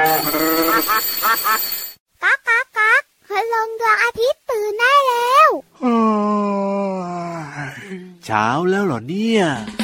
ก๊ากก๊ากก๊ากคืนลงดวงอาทิตย์ตื่นได้แล้วเช้าแล้วเหรอเนี่ย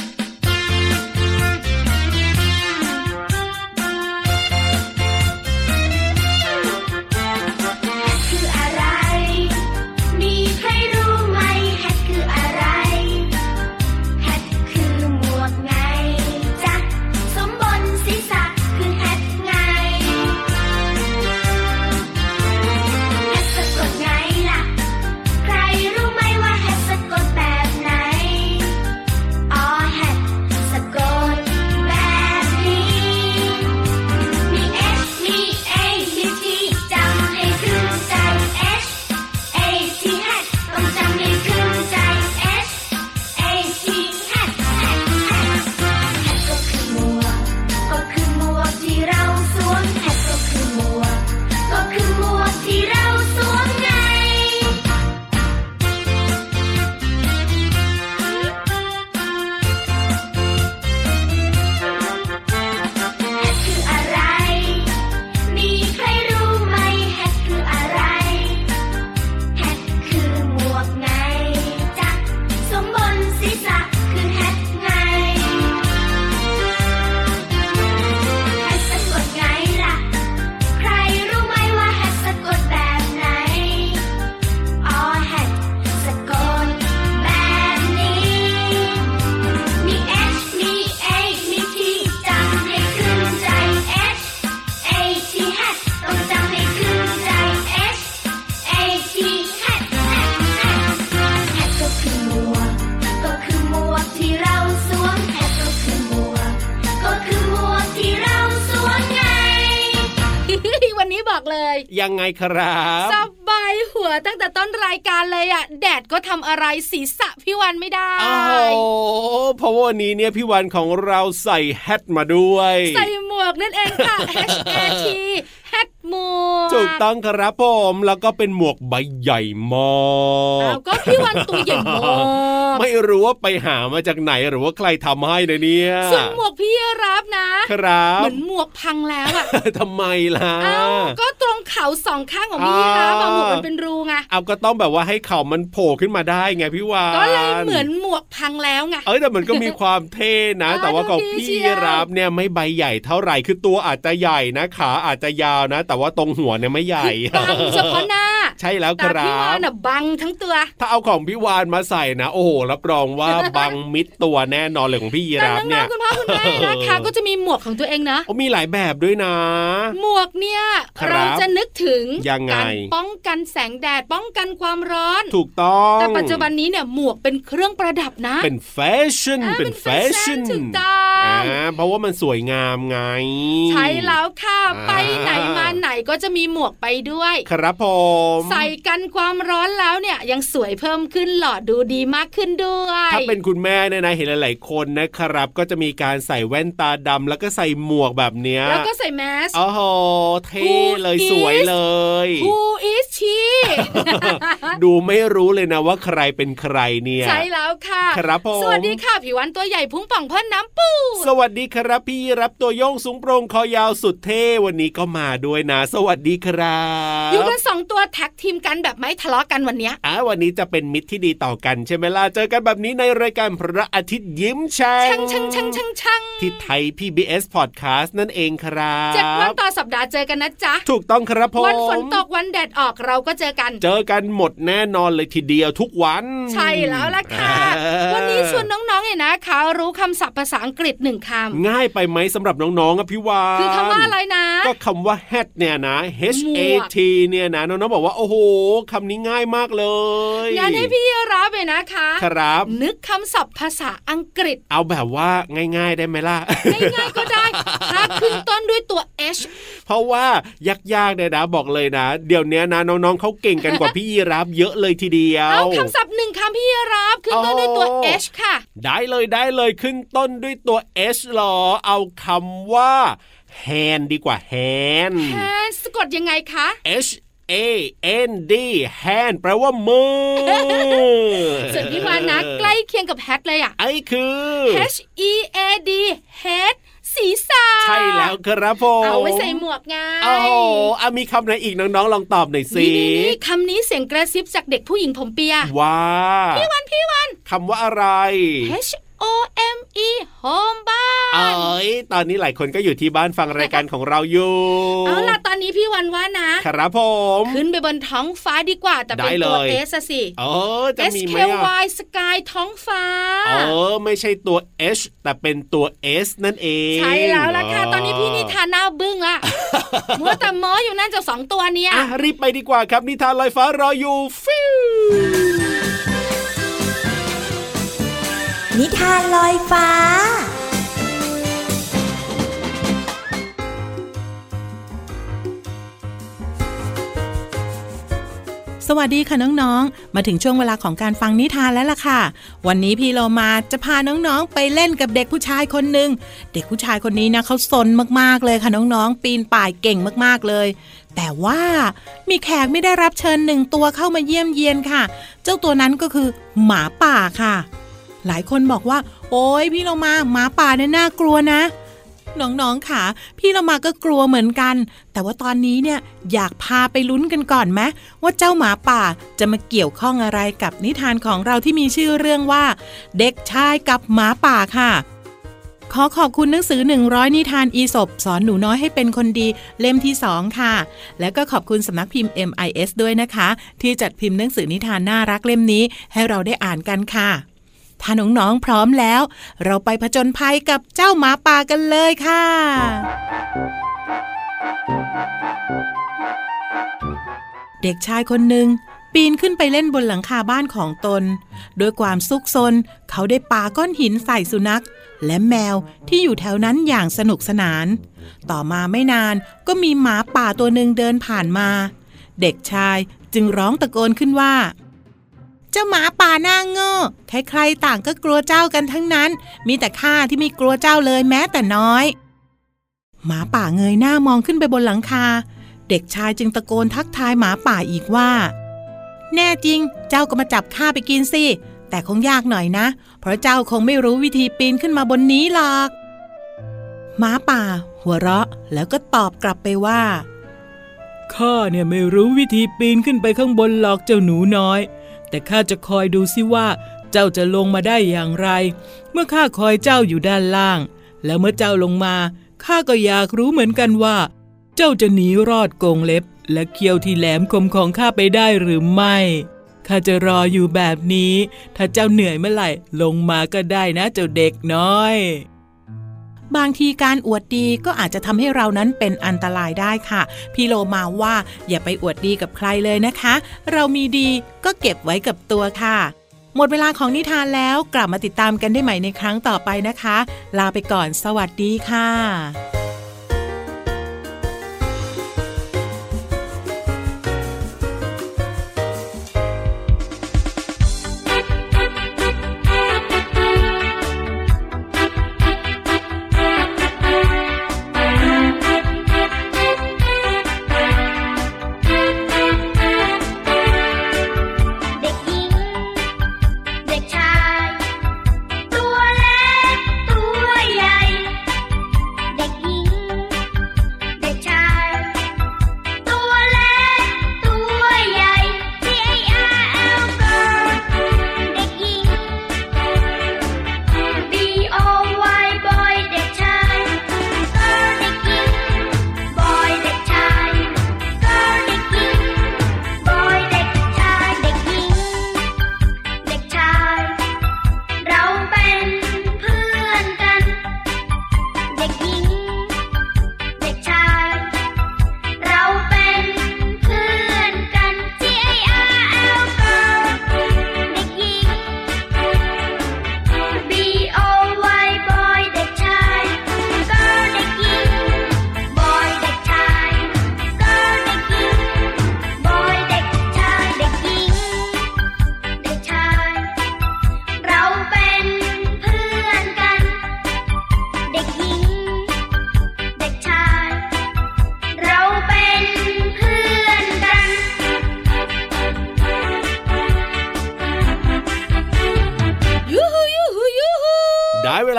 ยังไงครับสบายหัวตั้งแต่ต้นรายการเลยอ่ะแดดก็ทำอะไรศีรษะพี่วันไม่ได้โอ้เพราะวันนี้เนี่ยพี่วันของเราใส่แฮทมาด้วยใส่หมวกนั่นเองค่ะ HAT แฮทหมวกถูกต้องครับผมแล้วก็เป็นหมวกใบใหญ่มากแล้วก็พี่วันตัวใหญ่มากไม่รู้ว่าไปหามาจากไหนหรือว่าใครทำให้นะเนี่ยส่วนหมวกพี่รับนะครับเหมือนหมวกพังแล้วอ่ะทำไมล่ะก็ตรงเข่าสองข้างของพี่รับหมวกมันเป็นรูไงเอาก็ต้องแบบว่าให้เข่ามันโผล่ขึ้นมาได้ไงพี่วานก็เลยเหมือนหมวกพังแล้วไงแต่มันก็มีความเท่นะแต่ว่าของพี่รับเนี่ยไม่ใบใหญ่เท่าไหร่คือตัวอาจจะใหญ่นะขาอาจจะยาวนะแต่ว่าตรงหัวเนี่ยไม่ใหญ่บังเฉพาะหน้าใช่แล้วครับพี่วานน่ะบังทั้งตัวถ้าเอาของพี่วานมาใส่นะโอ้โหรับรองว่าบังมิดตัวแน่นอนเลยของพี่ยีราฟเนี่ยคุณพ่อคุณแม่นะคะก็จะมีหมวกของตัวเองนะมีหลายแบบด้วยนะหมวกเนี่ยเราจะนึกถึงการป้องกันแสงแดดป้องกันความร้อนถูกต้องแต่ปัจจุบันนี้เนี่ยหมวกเป็นเครื่องประดับนะเป็นแฟชั่นเป็นแฟชั่นถูกต้องเพราะว่ามันสวยงามไงใช่แล้วค่ะไปไหนมาไหนก็จะมีหมวกไปด้วยครับผมใส่กันความร้อนแล้วเนี่ยยังสวยเพิ่มขึ้นหล่อดูดีมากขึ้นด้วยถ้าเป็นคุณแม่เนี่ยนะเห็นหลายๆคนนะครับก็จะมีการใส่แว่นตาดำแล้วก็ใส่หมวกแบบเนี้ยแล้วก็ใส่แมสโอ้โหเท่เลยสวยเลย Who is she ดูไม่รู้เลยนะว่าใครเป็นใครเนี่ยใช่แล้วค่ะครับผมสวัสดีค่ะพี่วันตัวใหญ่พุงป่องพ่นน้ำปูสวัสดีครับพี่รับตัวโยงสูงโปร่งคอยาวสุดเท่วันนี้ก็มาด้วยนะสวัสดีครับอยู่กัน2ตัวแท็กทีมกันแบบไม่ทะเลาะกันวันนี้วันนี้จะเป็นมิตรที่ดีต่อกันใช่ไหมล่ะเจอกันแบบนี้ในรายการพระอาทิตย์ยิ้มแฉ่งที่ไทย PBS Podcast นั่นเองครับ 7 วันต่อสัปดาห์เจอกันนะจ๊ะถูกต้องครับผมวันฝนตกวันแดดออกเราก็เจอกันหมดแน่นอนเลยทีเดียวทุกวันใช่แล้วล่ะค่ะวันนี้ชวนน้องๆเนี่ยนะคะรู้คำศัพท์ภาษาอังกฤษ1คำง่ายไปไหมสำหรับน้องๆพี่วานคือคำว่าอะไรนะก็คำว่า hat เนี่ยนะ HAT เนี่ยนะน้องๆบอกว่าโอ้โหคำนี้ง่ายมากเลยงั้นให้พี่รับเลยนะคะครับนึกคำศัพท์ภาษาอังกฤษเอาแบบว่าง่ายๆได้ไหมล่ะง่ายๆก็ได้ถ้าขึ้นต้นด้วยตัว H เพราะว่ายากๆเนี่ยนะบอกเลยนะเดี๋ยวนี้นะน้องๆเขาเก่งกันกว่าพี่ยีราฟเยอะเลยทีเดียวเอาคำศัพท์1คำพี่ยีราฟขึ้นต้นด้วยตัว H ค่ะได้เลยขึ้นต้นด้วยตัว H หรอเอาคำว่า hand ดีกว่า hand สะกดยังไงคะ HAND hand แปลว่ามือส่วนพี่วานนะใกล้เคียงกับ hat เลยอ่ะไอ้คือ HEAD head ศีรษะใช่แล้วครับผมเอาไว้ใส่หมวกไงโอ้โหมีคำไหนอีกน้องๆลองตอบหน่อยสินี่คำนี้เสียงกระซิบจากเด็กผู้หญิงผมเปียว่าพี่วันคำว่าอะไร HOME home บ้านตอนนี้หลายคนก็อยู่ที่บ้านฟังรายการของเราอยู่เอาล่ะตอนนี้พี่วันว่านะครับผมขึ้นไปบนท้องฟ้าดีกว่าแต่เป็นตัว S สิจะมีไหม SKY Sky ท้องฟ้าไม่ใช่ตัว H แต่เป็นตัว S นั่นเองใช่แล้วล่ะค่ะตอนนี้พี่นิทานหน้าบึ้งอะมัวแต่ม้ออยู่นั่นจะ2ตัวเนี้ยรีบไปดีกว่าครับนิทานลอยฟ้ารออยู่ฟิวนิทานลอยฟ้าสวัสดีค่ะน้องๆมาถึงช่วงเวลาของการฟังนิทานแล้วล่ะค่ะวันนี้พี่โลมาจะพาน้องๆไปเล่นกับเด็กผู้ชายคนหนึ่งเด็กผู้ชายคนนี้นะเขาซนมากๆเลยค่ะน้องๆปีนป่ายเก่งมากๆเลยแต่ว่ามีแขกไม่ได้รับเชิญ1ตัวเข้ามาเยี่ยมเยียนค่ะเจ้าตัวนั้นก็คือหมาป่าค่ะหลายคนบอกว่าโอ๊ยพี่โลมาหมาป่าเนี่ยน่ากลัวนะน้องๆค่ะพี่โลมาก็กลัวเหมือนกันแต่ว่าตอนนี้เนี่ยอยากพาไปลุ้นกันก่อนไหมว่าเจ้าหมาป่าจะมาเกี่ยวข้องอะไรกับนิทานของเราที่มีชื่อเรื่องว่าเด็กชายกับหมาป่าค่ะขอขอบคุณหนังสือ100นิทานอีสปสอนหนูน้อยให้เป็นคนดีเล่มที่2ค่ะแล้วก็ขอบคุณสำนักพิมพ์ MIS ด้วยนะคะที่จัดพิมพ์หนังสือนิทานน่ารักเล่มนี้ให้เราได้อ่านกันค่ะถ้าน้องๆพร้อมแล้วเราไปผจญภัยกับเจ้าหมาป่ากันเลยค่ะเด็กชายคนหนึ่งปีนขึ้นไปเล่นบนหลังคาบ้านของตนด้วยความซุกซนเขาได้ปาก้อนหินใส่สุนัขและแมวที่อยู่แถวนั้นอย่างสนุกสนานต่อมาไม่นานก็มีหมาป่าตัวหนึ่งเดินผ่านมาเด็กชายจึงร้องตะโกนขึ้นว่าเจ้าหมาป่าหน้าโง่ใครๆต่างก็กลัวเจ้ากันทั้งนั้นมีแต่ข้าที่ไม่กลัวเจ้าเลยแม้แต่น้อยหมาป่าเงยหน้ามองขึ้นไปบนหลังคาเด็กชายจึงตะโกนทักทายหมาป่าอีกว่าแน่จริงเจ้าก็มาจับข้าไปกินสิแต่คงยากหน่อยนะเพราะเจ้าคงไม่รู้วิธีปีนขึ้นมาบนนี้หรอกหมาป่าหัวเราะแล้วก็ตอบกลับไปว่าข้าเนี่ยไม่รู้วิธีปีนขึ้นไปข้างบนหรอกเจ้าหนูน้อยแต่ข้าจะคอยดูสิว่าเจ้าจะลงมาได้อย่างไรเมื่อข้าคอยเจ้าอยู่ด้านล่างแล้วเมื่อเจ้าลงมาข้าก็อยากรู้เหมือนกันว่าเจ้าจะหนีรอดกรงเล็บและเขี้ยวที่แหลมคมของข้าไปได้หรือไม่ข้าจะรออยู่แบบนี้ถ้าเจ้าเหนื่อยเมื่อไหร่ลงมาก็ได้นะเจ้าเด็กน้อยบางทีการอวดดีก็อาจจะทำให้เรานั้นเป็นอันตรายได้ค่ะพี่โลมาว่าอย่าไปอวดดีกับใครเลยนะคะเรามีดีก็เก็บไว้กับตัวค่ะหมดเวลาของนิทานแล้วกลับมาติดตามกันได้ใหม่ในครั้งต่อไปนะคะลาไปก่อนสวัสดีค่ะเด็กหญิ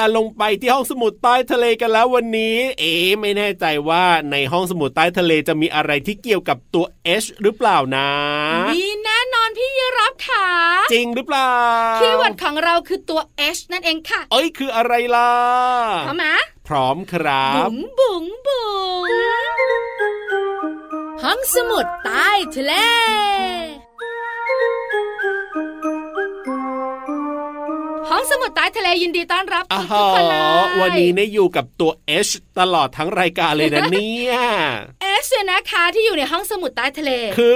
าลงไปที่ห้องสมุดใต้ทะเลกันแล้ววันนี้ไม่แน่ใจว่าในห้องสมุดใต้ทะเลจะมีอะไรที่เกี่ยวกับตัว H หรือเปล่านะมีแน่นอนพี่ยีรับค่ะจริงหรือเปล่าคีย์เวิร์ดของเราคือตัว H นั่นเองค่ะคืออะไรล่ะพร้อมไหมพร้อมครับบุ๋งบุ๋งบุ๋งห้องสมุดใต้ทะเลห้องสมุดใต้ทะเลยินดีต้อนรับทุกคนเลยวันนี้เนี่ยอยู่กับตัว H ตลอดทั้งรายการเลยนะเนี่ย H นะคะที่อยู่ในห้องสมุดใต้ทะเลคือ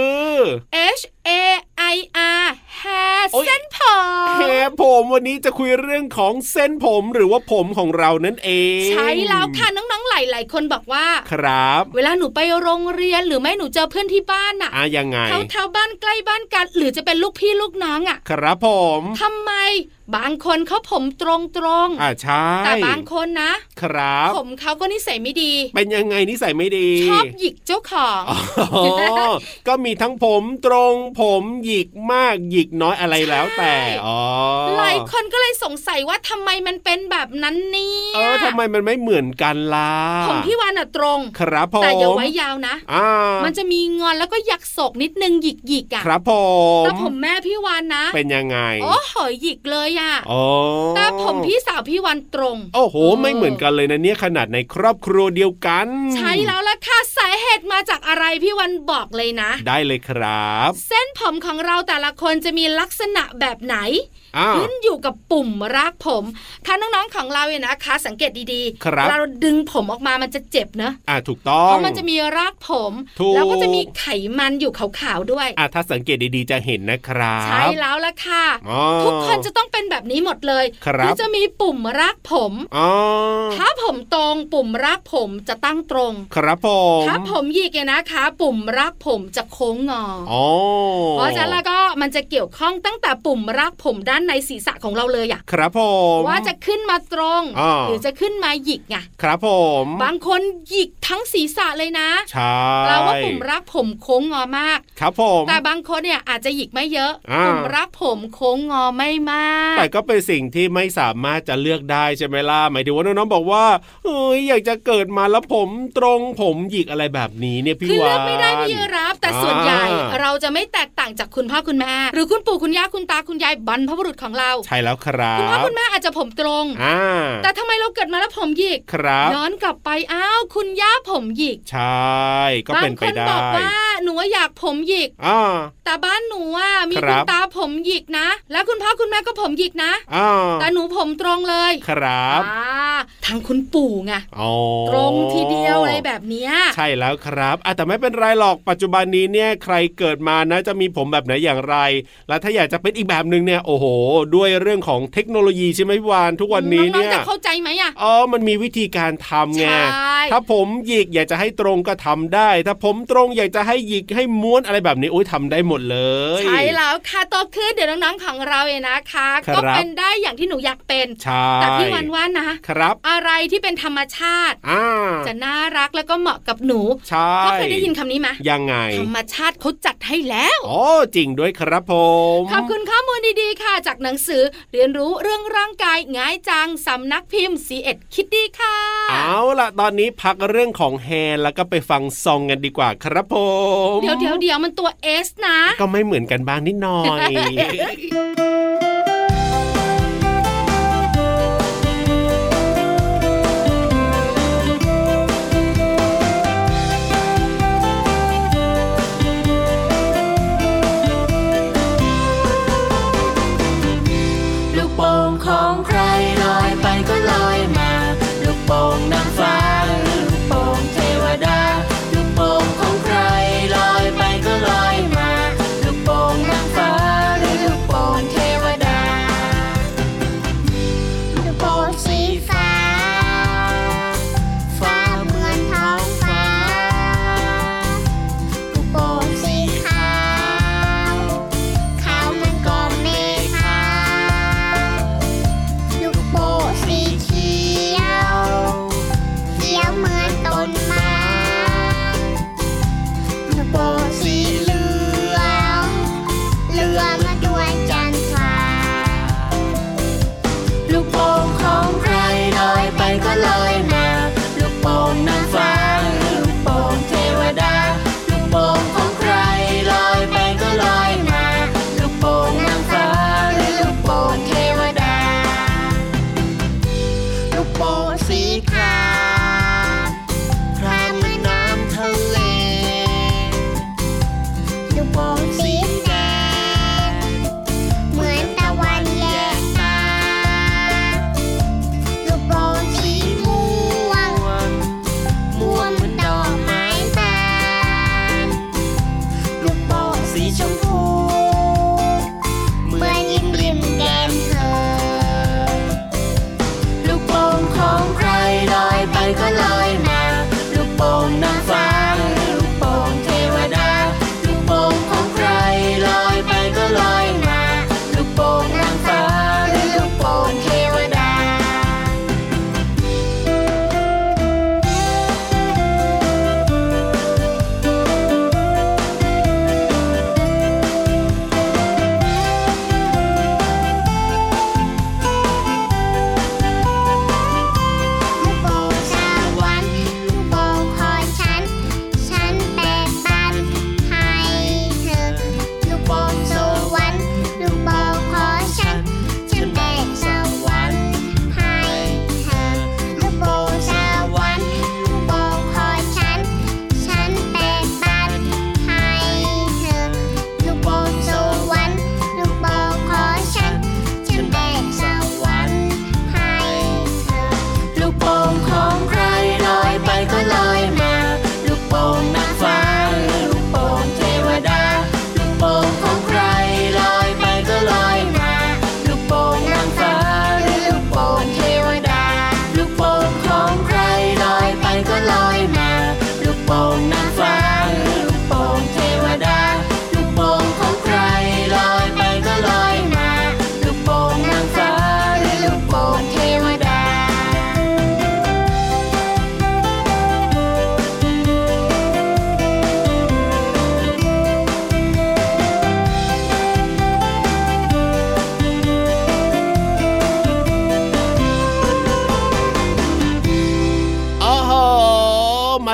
H A I R hair เส้นผมแฮร์ผมวันนี้จะคุยเรื่องของเส้นผมหรือว่าผมของเรานั่นเองใช่แล้วค่ะน้องๆหลายๆคนบอกว่าครับเวลาหนูไปโรงเรียนหรือไม่หนูเจอเพื่อนที่บ้านอ่ะยังไงแถวบ้านใกล้บ้านกันหรือจะเป็นลูกพี่ลูกน้องอ่ะครับผมทำไมบางคนเขาผมตรงใช่แต่บางคนนะครับผมเขาก็นิสัยไม่ดีเป็นยังไงนิสัยไม่ดีชอบหยิกเจ้าของก็มีทั้งผมตรงผมหยิกมากหยิกน้อยอะไรแล้วแต่หลายคนก็เลยสงสัยว่าทำไมมันเป็นแบบนั้นเนี่ยทำไมมันไม่เหมือนกันล่ะผมพี่วานตรงครับผมแต่อย่าไว้ยาวนะมันจะมีงอนแล้วก็ยักศกนิดนึงหยิกครับผมแต่ผมแม่พี่วานนะเป็นยังไงโอ้โหหยิกเลยแต่ผมพี่สาวพี่วันตรงโอ้โหไม่เหมือนกันเลยนะเนี่ยขนาดในครอบครัวเดียวกันใช่แล้วล่ะค่ะสาเหตุมาจากอะไรพี่วันบอกเลยนะได้เลยครับเส้นผมของเราแต่ละคนจะมีลักษณะแบบไหนขึ้นอยู่กับปุ่มรากผมค่ะน้องๆของเราเนี่ยนะคะสังเกตดีๆเราดึงผมออกมามันจะเจ็บเนอะถูกต้องเพราะมันจะมีรากผมแล้วก็จะมีไขมันอยู่ขาวๆด้วยถ้าสังเกตดีๆจะเห็นนะครับใช่แล้วล่ะค่ะทุกคนจะต้องเป็นแบบนี้หมดเลยที่จะมีปุ่มรากผมถ้าผมตรงปุ่มรากผมจะตั้งตรงครับผมถ้าผมหยิกเนี่ยนะคะปุ่มรากผมจะโค้งงอเพราะฉะนั้นแล้วก็มันจะเกี่ยวข้องตั้งแต่ปุ่มรากผมด้านในศีรษะของเราเลยครับผมว่าจะขึ้นมาตรงหรือจะขึ้นมาหยิกไงครับผมบางคนหยิกทั้งศีรษะเลยนะใช่แปลว่าปุ่มรากผมโค้งงอมากครับผมแต่บางคนเนี่ยอาจจะหยิกไม่เยอะปุ่มรากผมโค้งงอไม่มากแต่ก็เป็นสิ่งที่ไม่สามารถจะเลือกได้ใช่ไหมล่ะหมายถึงว่าน้องๆบอกว่าอยากจะเกิดมาแล้วผมตรงผมหยิกอะไรแบบนี้เนี่ยพี่วานคือเลือกไม่ได้พี่รับแต่ส่วนใหญ่เราจะไม่แตกต่างจากคุณพ่อคุณแม่หรือคุณปู่คุณย่าคุณตาคุณยายบรรพบุรุษของเราใช่แล้วครับคุณพ่อคุณแม่อาจจะผมตรงแต่ทำไมเราเกิดมาแล้วผมหยิกย้อนกลับไปคุณย่าผมหยิกใช่ก็เป็นไปได้บางคนบอกว่าหนูอยากผมหยิกแต่บ้านหนูมีคุณตาผมหยิกนะแล้วคุณพ่อคุณแม่ก็ผมหยิกนะแต่หนูผมตรงเลยครับทางคุณปู่ไงตรงทีเดียวอะไรแบบนี้ใช่แล้วครับแต่ไม่เป็นไรหรอกปัจจุบันนี้เนี่ยใครเกิดมานะจะมีผมแบบไหนอย่างไรแล้วถ้าอยากจะเป็นอีกแบบนึงเนี่ยโอ้โหด้วยเรื่องของเทคโนโลยีใช่ไหมพี่วานทุกวันนี้เนี่ยจะเข้าใจไหมมันมีวิธีการทำไงถ้าผมหยิกอยากจะให้ตรงก็ทำได้ถ้าผมตรงอยากจะให้หยิกให้ม้วนอะไรแบบนี้ทำได้หมดเลยใช่แล้วค่ะโตขึ้นเดี๋ยวน้องๆของเราเนี่ยนะคะก็เป็นได้อย่างที่หนูอยากเป็นแต่พี่วันว่านะครับอะไรที่เป็นธรรมชาติจะน่ารักแล้วก็เหมาะกับหนูก็เคยได้ยินคำนี้ไหมยังไงธรรมชาติเขาจัดให้แล้วจริงด้วยครับผมขอบคุณข้อมูลดีๆค่ะจากหนังสือเรียนรู้เรื่องร่างกายง่ายจังสำนักพิมพ์ C1 คิดดีค่ะเอาล่ะตอนนี้พักเรื่องของแฮร์แล้วก็ไปฟังซองกันดีกว่าครับผมเดี๋ยวมันตัว S นะก็ไม่เหมือนกันบ้างนิดหน่อยของใครลอยไปก็ลอยมาลูกโป่งนางฟ้าลูกโป่งเทวดาลูกโป่งของใครลอยไปก็ลอยมาลูกโป่งนางฟ้าหรือลูกโป่งเท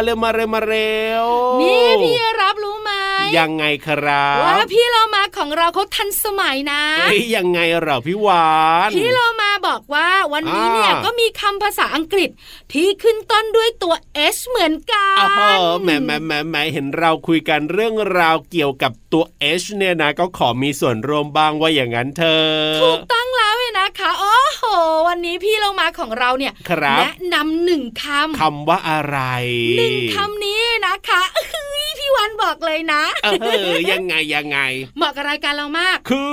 เร็วมาเร็วมาเร็วนี่พี่รับรู้ไหมยังไงครับว่าพี่เรามาของเราเขาทันสมัยนะยังไงเหรอพี่วานพี่เรามาบอกว่าวันนี้เนี่ยก็มีคำภาษาอังกฤษที่ขึ้นต้นด้วยตัว H เหมือนกันแหมเห็นเราคุยกันเรื่องราวเกี่ยวกับตัว H เนี่ยนะก็ขอมีส่วนร่วมบ้างว่าอย่างนั้นเธอถูกต้องแล้วเลยนะคะโอ้โหวันนี้พี่เรามาของเราเนี่ยแนะนำ1คำว่าอะไร 1คำนี้นะคะพี่วันบอกเลยนะยังไงเหมาะกับรายการเรามากคือ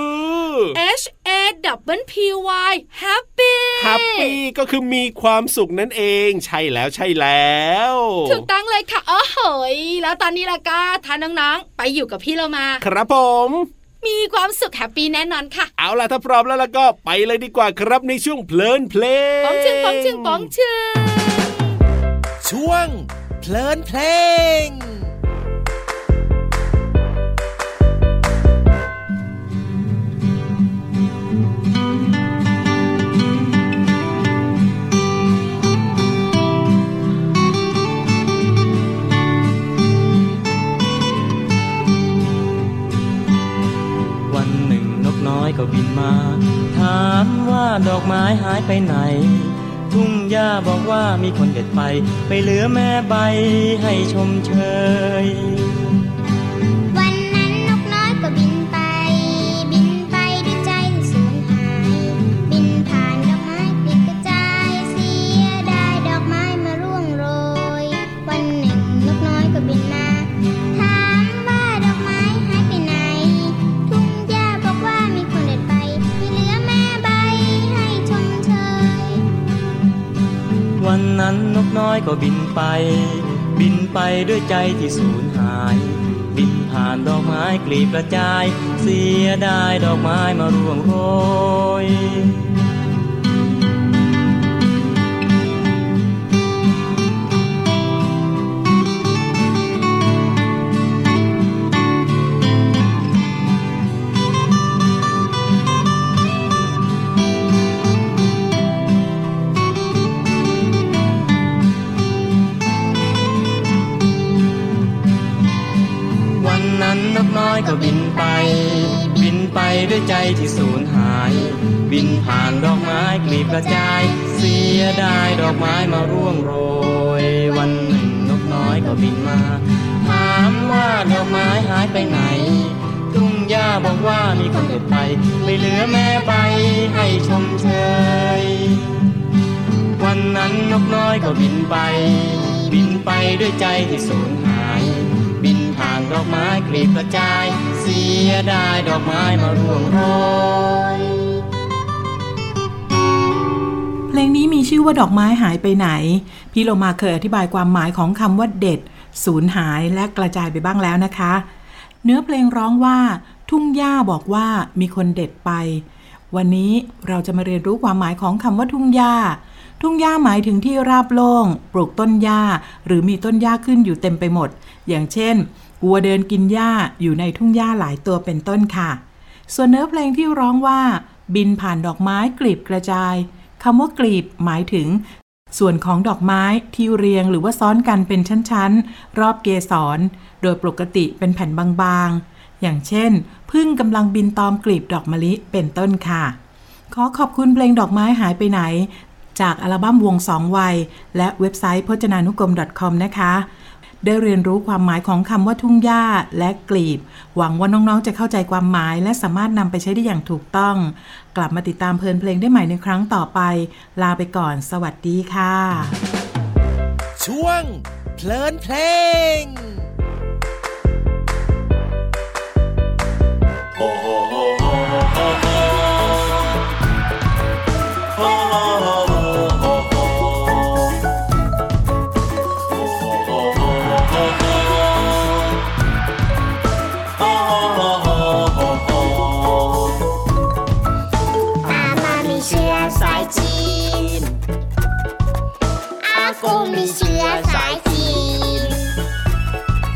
HAPPY happy happy ก็คือมีความสุขนั่นเองใช่แล้วถูกต้องเลยค่ะโอ้โหแล้วตอนนี้ล่ะก็ทานน้องๆไปอยู่กับพี่เรามาครับผมมีความสุขแฮปปี้แน่นอนค่ะเอาล่ะถ้าพร้อมแล้วก็ไปเลยดีกว่าครับในช่วงเพลินเพลงป๋องชึงป๋องชึงป๋องชึงช่วงเพลินเพลงก็บินมาถามว่าดอกไม้หายไปไหนทุ่งหญ้าบอกว่ามีคนเด็ดไปเหลือแม่ใบให้ชมเชยวันนั้นนกน้อยก็บินไปด้วยใจที่สูญหายบินผ่านดอกไม้ปลิดกระจายเสียดายดอกไม้มาร่วงโรยวันหนึ่งนกน้อยก็บินมาถามว่าดอกไม้หายไปไหนทุ่งหญ้าบอกว่ามีคนเด็ดไปเหลือแม่ใบให้ชมเชยวันนั้นนกน้อยก็บินไปด้วยใจที่สูญหายบินผ่านดอกไม้กลีบกระจายเสียดายดอกไม้มาร่วงโรยนกน้อยก็บินไปด้วยใจที่สูญหายบินผ่านดอกไม้กลีบกระจายเสียดายดอกไม้มาร่วงโรยวันหนึ่งนกน้อยก็บินมาถามว่าดอกไม้หายไปไหนทุ่งหญ้าบอกว่ามีคนเด็ดไปเหลือแม่ใบให้ชมเชยวันนั้นนกน้อยก็บินไปด้วยใจที่สูญหายบินผ่านดอกไม้กลีบกระจายเสียดายดอกไม้มาร่วงโรยเพลงนี้มีชื่อว่าดอกไม้หายไปไหนพี่โลมาเคยอธิบายความหมายของคำว่าเด็ดสูญหายและกระจายไปบ้างแล้วนะคะเนื้อเพลงร้องว่าทุ่งหญ้าบอกว่ามีคนเด็ดไปวันนี้เราจะมาเรียนรู้ความหมายของคำว่าทุ่งหญ้าหมายถึงที่ราบโล่งปลูกต้นหญ้าหรือมีต้นหญ้าขึ้นอยู่เต็มไปหมดอย่างเช่นวัวเดินกินหญ้าอยู่ในทุ่งหญ้าหลายตัวเป็นต้นค่ะส่วนเนื้อเพลงที่ร้องว่าบินผ่านดอกไม้กลีบกระจายคำว่ากลีบหมายถึงส่วนของดอกไม้ที่เรียงหรือว่าซ้อนกันเป็นชั้นๆรอบเกสรโดยปกติเป็นแผ่นบางๆอย่างเช่นผึ้งกำลังบินตอมกลีบดอกมะลิเป็นต้นค่ะขอขอบคุณเพลงดอกไม้หายไปไหนจากอัลบั้มวงสองวัยและเว็บไซต์พจนานุกรม .com นะคะได้เรียนรู้ความหมายของคำว่าทุ่งหญ้าและกลีบหวังว่าน้องๆจะเข้าใจความหมายและสามารถนำไปใช้ได้อย่างถูกต้องกลับมาติดตามเพลินเพลงได้ใหม่ในครั้งต่อไปลาไปก่อนสวัสดีค่ะช่วงเพลินเพลงโอ้โหกูมีเชื้อสายจีน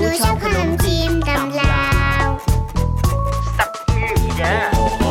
นูชอบขนมจีนตำลาวสับอื้อเด้อ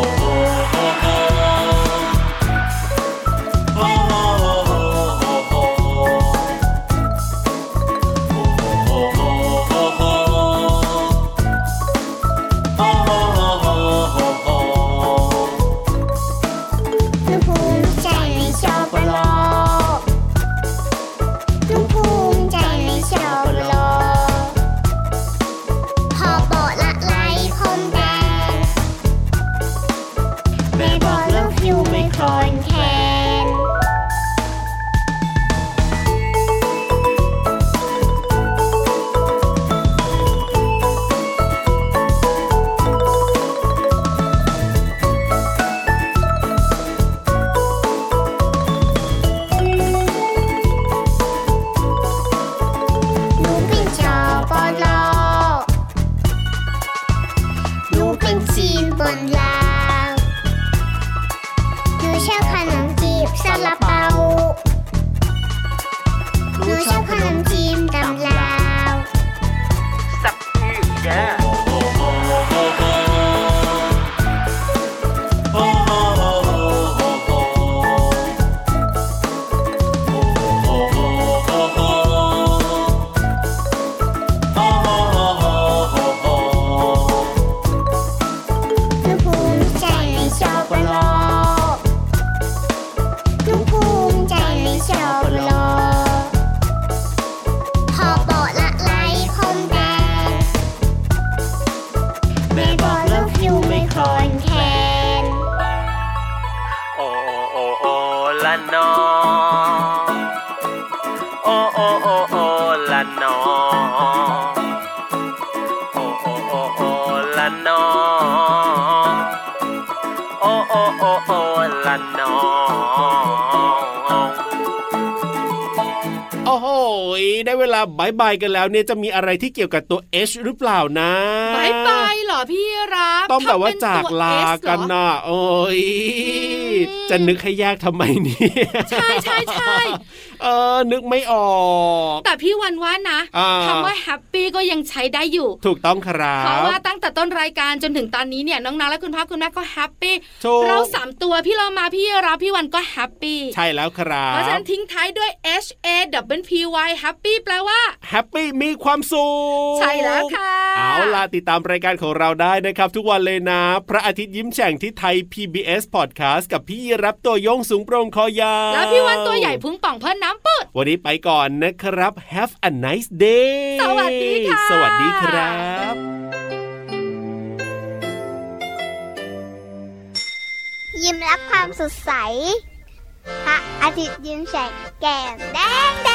ได้เวลาบายบายกันแล้วเนี่ยจะมีอะไรที่เกี่ยวกับตัว H หรือเปล่านะบายบายเหรอพี่รับต้องแบบว่าจากลากันนะโอ้ยจะนึกให้ยากทำไมเนี่ยใช่ใช่ใช่นึกไม่ออกแต่พี่วันว่านะคำว่าแฮปปี้ก็ยังใช้ได้อยู่ถูกต้องครับเพราะว่าตั้งแต่ต้นรายการจนถึงตอนนี้เนี่ยน้องๆและคุณพ่อคุณแม่ก็แฮปปี้เรา3ตัวพี่เรามาพี่รับพี่วันก็แฮปปี้ใช่แล้วครับเพราะฉะนั้นทิ้งท้ายด้วย HAPPY happy แปลว่าแฮปปี้มีความสุขใช่แล้วค่ะเอาล่ะติดตามรายการของเราได้นะครับทุกวันเลยนะพระอาทิตย์ยิ้มแฉ่งที่ไทย PBS Podcast กับพี่รับตัวโยงสูงโปร่งคอยาวแล้วพี่วันตัวใหญ่พุงป่องเพิ่นน้ำปืดวันนี้ไปก่อนนะครับ Have a nice day สวัสดีค่ะสวัสดีครับยิ้มรับความสดใสพระอาทิตย์ยิ้มแฉกแก้มแดง